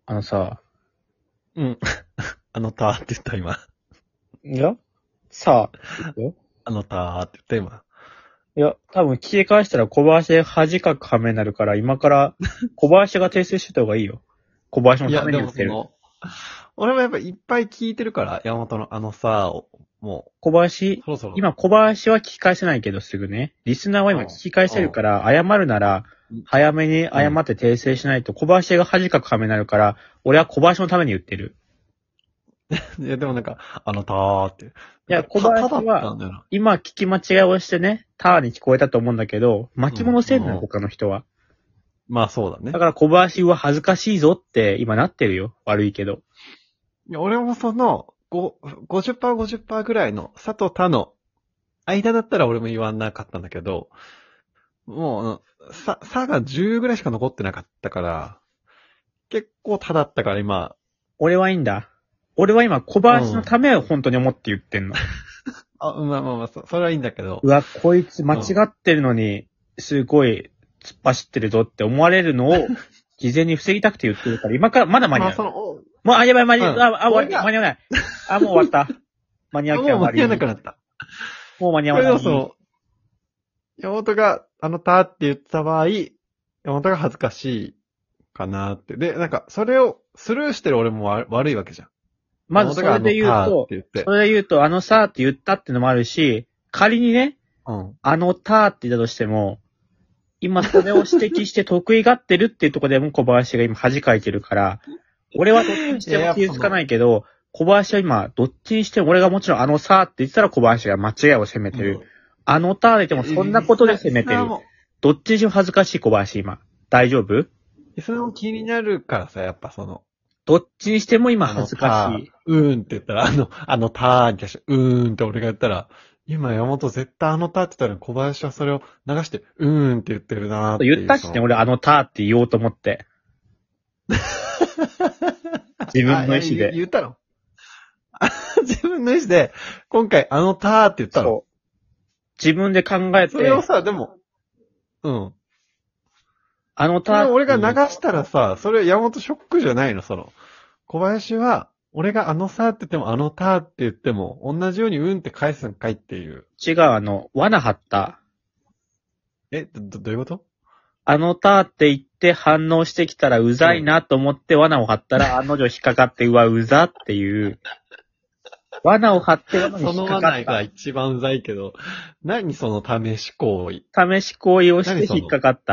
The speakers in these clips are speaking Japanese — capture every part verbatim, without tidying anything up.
あのさ、 うん。あのたーって言った今。 いやさあ、いくよあのたーって言った今。 いや、多分切り返したら小林で恥かく羽目になるから、今から小林が訂正してた方がいいよ。小林のたいや、でめに言ってる。 もその、俺もやっぱいっぱい聞いてるから、山本のあのさーを、も小林う、、そろそろ。 今小林は聞き返せないけどすぐね。リスナーは今聞き返せるから、謝るなら、早めに謝って訂正しないと、小林が恥かく羽目になるから、俺は小林のために言ってる。 いや、でもなんか、あのたーって。いいや、小林は、今聞き間違いをしてね、ターに聞こえたと思うんだけど、巻物せんのよ、 うん他の人は。 まあそうだね。 だから小林は恥ずかしいぞって今なってるよ。悪いけど。 いや、俺もその、ごごじゅっパーセント、ごじゅっパーセント ぐらいの、さとたの間だったら俺も言わなかったんだけど、もう、さ、さがじゅうぐらいしか残ってなかったから、結構ただったから今、 俺はいいんだ。俺は今小林のためを本当に思って言ってんの。 あ、まあまあまあ、そそれはいいんだけど。 うわ、こいつ間違ってるのに、すごい突っ走ってるぞって思われるのを、事前に防ぎたくて言ってるから、今からまだ間に合う。 まあその、おもう、あ、やばい、間に合う。 うんあ、あ、終わり、 俺が間に合わない。あ、もう終わった。間に合う気はもう間に合わなくなった。 もう間に合こわない。 れでもその、山本が、あのたって言った場合、山本が恥ずかしいかなって。で、なんか、それをスルーしてる俺もわ悪いわけじゃん。 まずそれで言う山本があのたーっとて言って、 それで言うと、あのさーって言ったってのもあるし、仮にね、 うん。 あのたーって言ったとしても、今それを指摘して得意がってるっていうところでも小林が今恥かいてるから、俺はどっちにしても気づかないけど、小林は今どっちにしても俺がもちろんあのさーって言ってたら小林が間違いを責めてる。 うんあのたーで言ってもそんなことで責めてる。どっちにしても恥ずかしい小林今。大丈夫？ それも気になるからさ、やっぱその、 どっちにしても今恥ずかしい。 うーんって言ったら、あの、あのたーに対して、うーんって俺が言ったら、今山本絶対あのたーって言ったら小林はそれを流して、うーんって言ってるなーっていう。 言ったしね、俺あのたーって言おうと思って。自分の意思で。 言ったの自分の意思で、今回あのたーって言ったの。 自分で考えて。 それをさ、でも、うん。 あのたー。 それを俺が流したらさ、それ山本ショックじゃないの、その。小林は、俺があのさって言っても、あのたって言っても、同じようにうんって返すんかいっていう。 違う、あの、罠張った。 え、ど、どういうこと？ あのたって言って反応してきたらうざいなと思って罠を張ったら、案の定引っかかって、うわ、うざっていう。罠を張って罠に引っかかった。 その罠が一番うざいけど、何その試し行為。 試し行為をして引っかかった。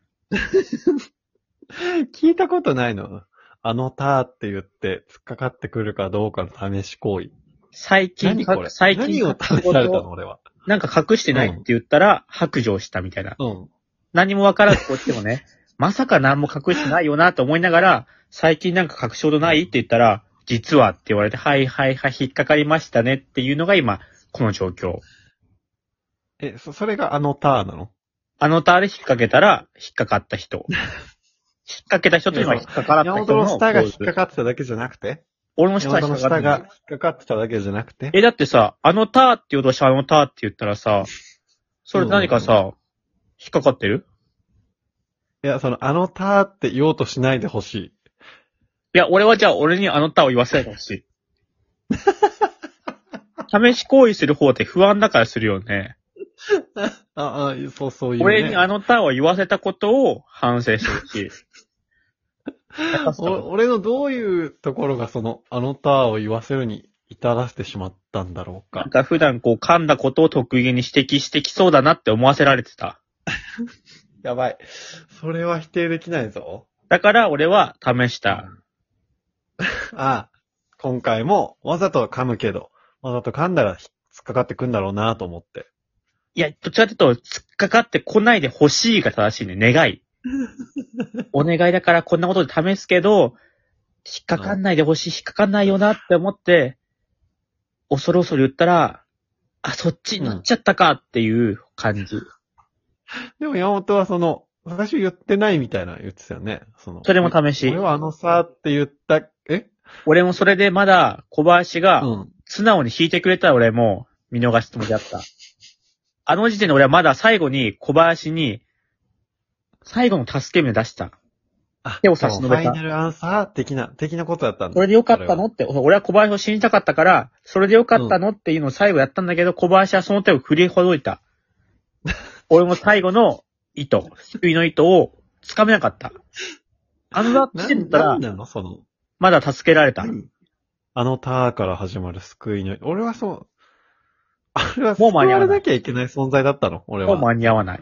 聞いたことないの？あのたーって言って突っかかってくるかどうかの試し行為。 最近、 何これ最近何を試されたの俺は。 なんか隠してないって言ったら、白状したみたいな。 うん。 何もわからずこっちもね、まさか何も隠してないよなと思いながら、最近なんか隠し事ないって言ったら、実はって言われて、はいはいはい、引っかかりましたねっていうのが今、この状況。 え、そ、それがあのたーなの？ あのターで引っ掛けたら、引っかかった人。引っ掛けた人というのは引っかからった人の。 山本の下が引っかかってただけじゃなくて？ 俺の下山本の下が引っかかってただけじゃなくて？ え、だってさ、あのターって言うとしてあのターって言ったらさ、それ何かさ、うんうんうん、引っかかってる？ いや、その、あのターって言おうとしないでほしい。 いや、俺はじゃあ俺にあのターを言わせないでほしい。試し行為する方って不安だからするよね。 ああ、そう、そういう、ね。 俺にあのターを言わせたことを反省してほしい。 俺のどういうところがその、あのターを言わせるに至らせてしまったんだろうか。 なんか普段こう噛んだことを得意げに指摘してきそうだなって思わせられてた。 やばい。それは否定できないぞ。 だから俺は試した。 ああ、今回もわざと噛むけど、わざと噛んだら突っかかってくんだろうなと思って。 いや、どっちかというと、突っかかってこないで欲しいが正しいね。願い。お願いだからこんなことで試すけど、引っかかんないで欲しい、引っかかんないよなって思って、恐る恐る言ったら、あ、そっちになっちゃったかっていう感じ。うん、 でも山本はその、私言ってないみたいな言ってたよね。その。 それも試し。 俺はあのさって言った、え俺もそれでまだ小林が、素直に引いてくれたら俺も見逃すつもりだった。あの時点で俺はまだ最後に小林に、最後の助け舟出した。 あ、 手を差し伸べたファイナルアンサー的な、的なことだったんだ。 それでよかったのって、俺は小林を信じたかったから、それでよかったのっていうのを最後やったんだけど、小林はその手を振りほどいた。俺も最後の糸、救いの糸を掴めなかった。あの時点だったら、 何なのその、 まだ助けられた。 あのターから始まる救いの、俺はそう、あれはもう間に合わない救われなきゃいけない存在だったの俺は。 もう間に合わない。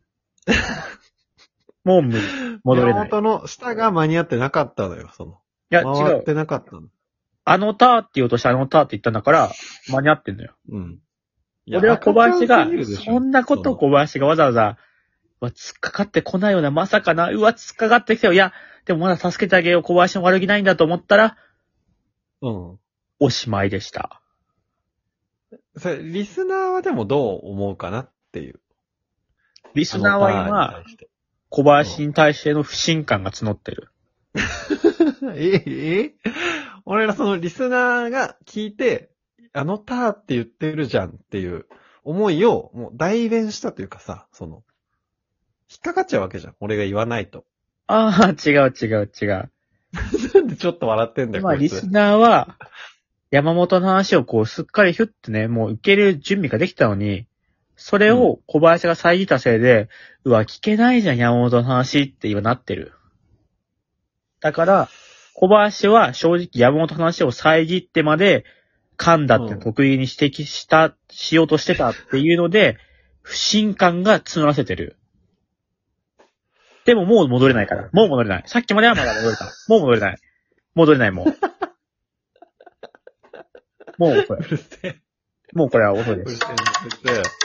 もう無理。戻れない。 山本の下が間に合ってなかったのよ、その。いいや、違回ってう。 なかったの。 あのターって言おうとしてあのターって言ったんだから、間に合ってんのよ。 うん。 俺は小林が、 そそんなことを小林がわざわざ、うわ、突っかかってこないよな、まさかな、うわ、突っかかってきたよ。いや、でもまだ助けてあげよう、小林の悪気ないんだと思ったら、 うん。 おしまいでした。 それ、リスナーはでもどう思うかなっていう。 リスナーは今、小林に対しての不信感が募ってる。 ええ俺らそのリスナーが聞いて、あのターって言ってるじゃんっていう思いをもう代弁したというかさ、その、引っかかっちゃうわけじゃん。俺が言わないと。 ああ、違う違う違う。 なんでちょっと笑ってんだよ、 今、 こいつ。 リスナーは、山本の話をこう、すっかりヒュッてね、もう受け入れる準備ができたのに、それを小林が遮ったせいで、うん、うわ、聞けないじゃん、山本の話って今なってる。だから、小林は正直山本の話を遮ってまで、噛んだって得意に指摘した、うん、しようとしてたっていうので、不信感が募らせてる。でももう戻れないから。もう戻れない。さっきまではまだ戻れた。もう戻れない。戻れないもう。もうこれ。もうこれは遅いです。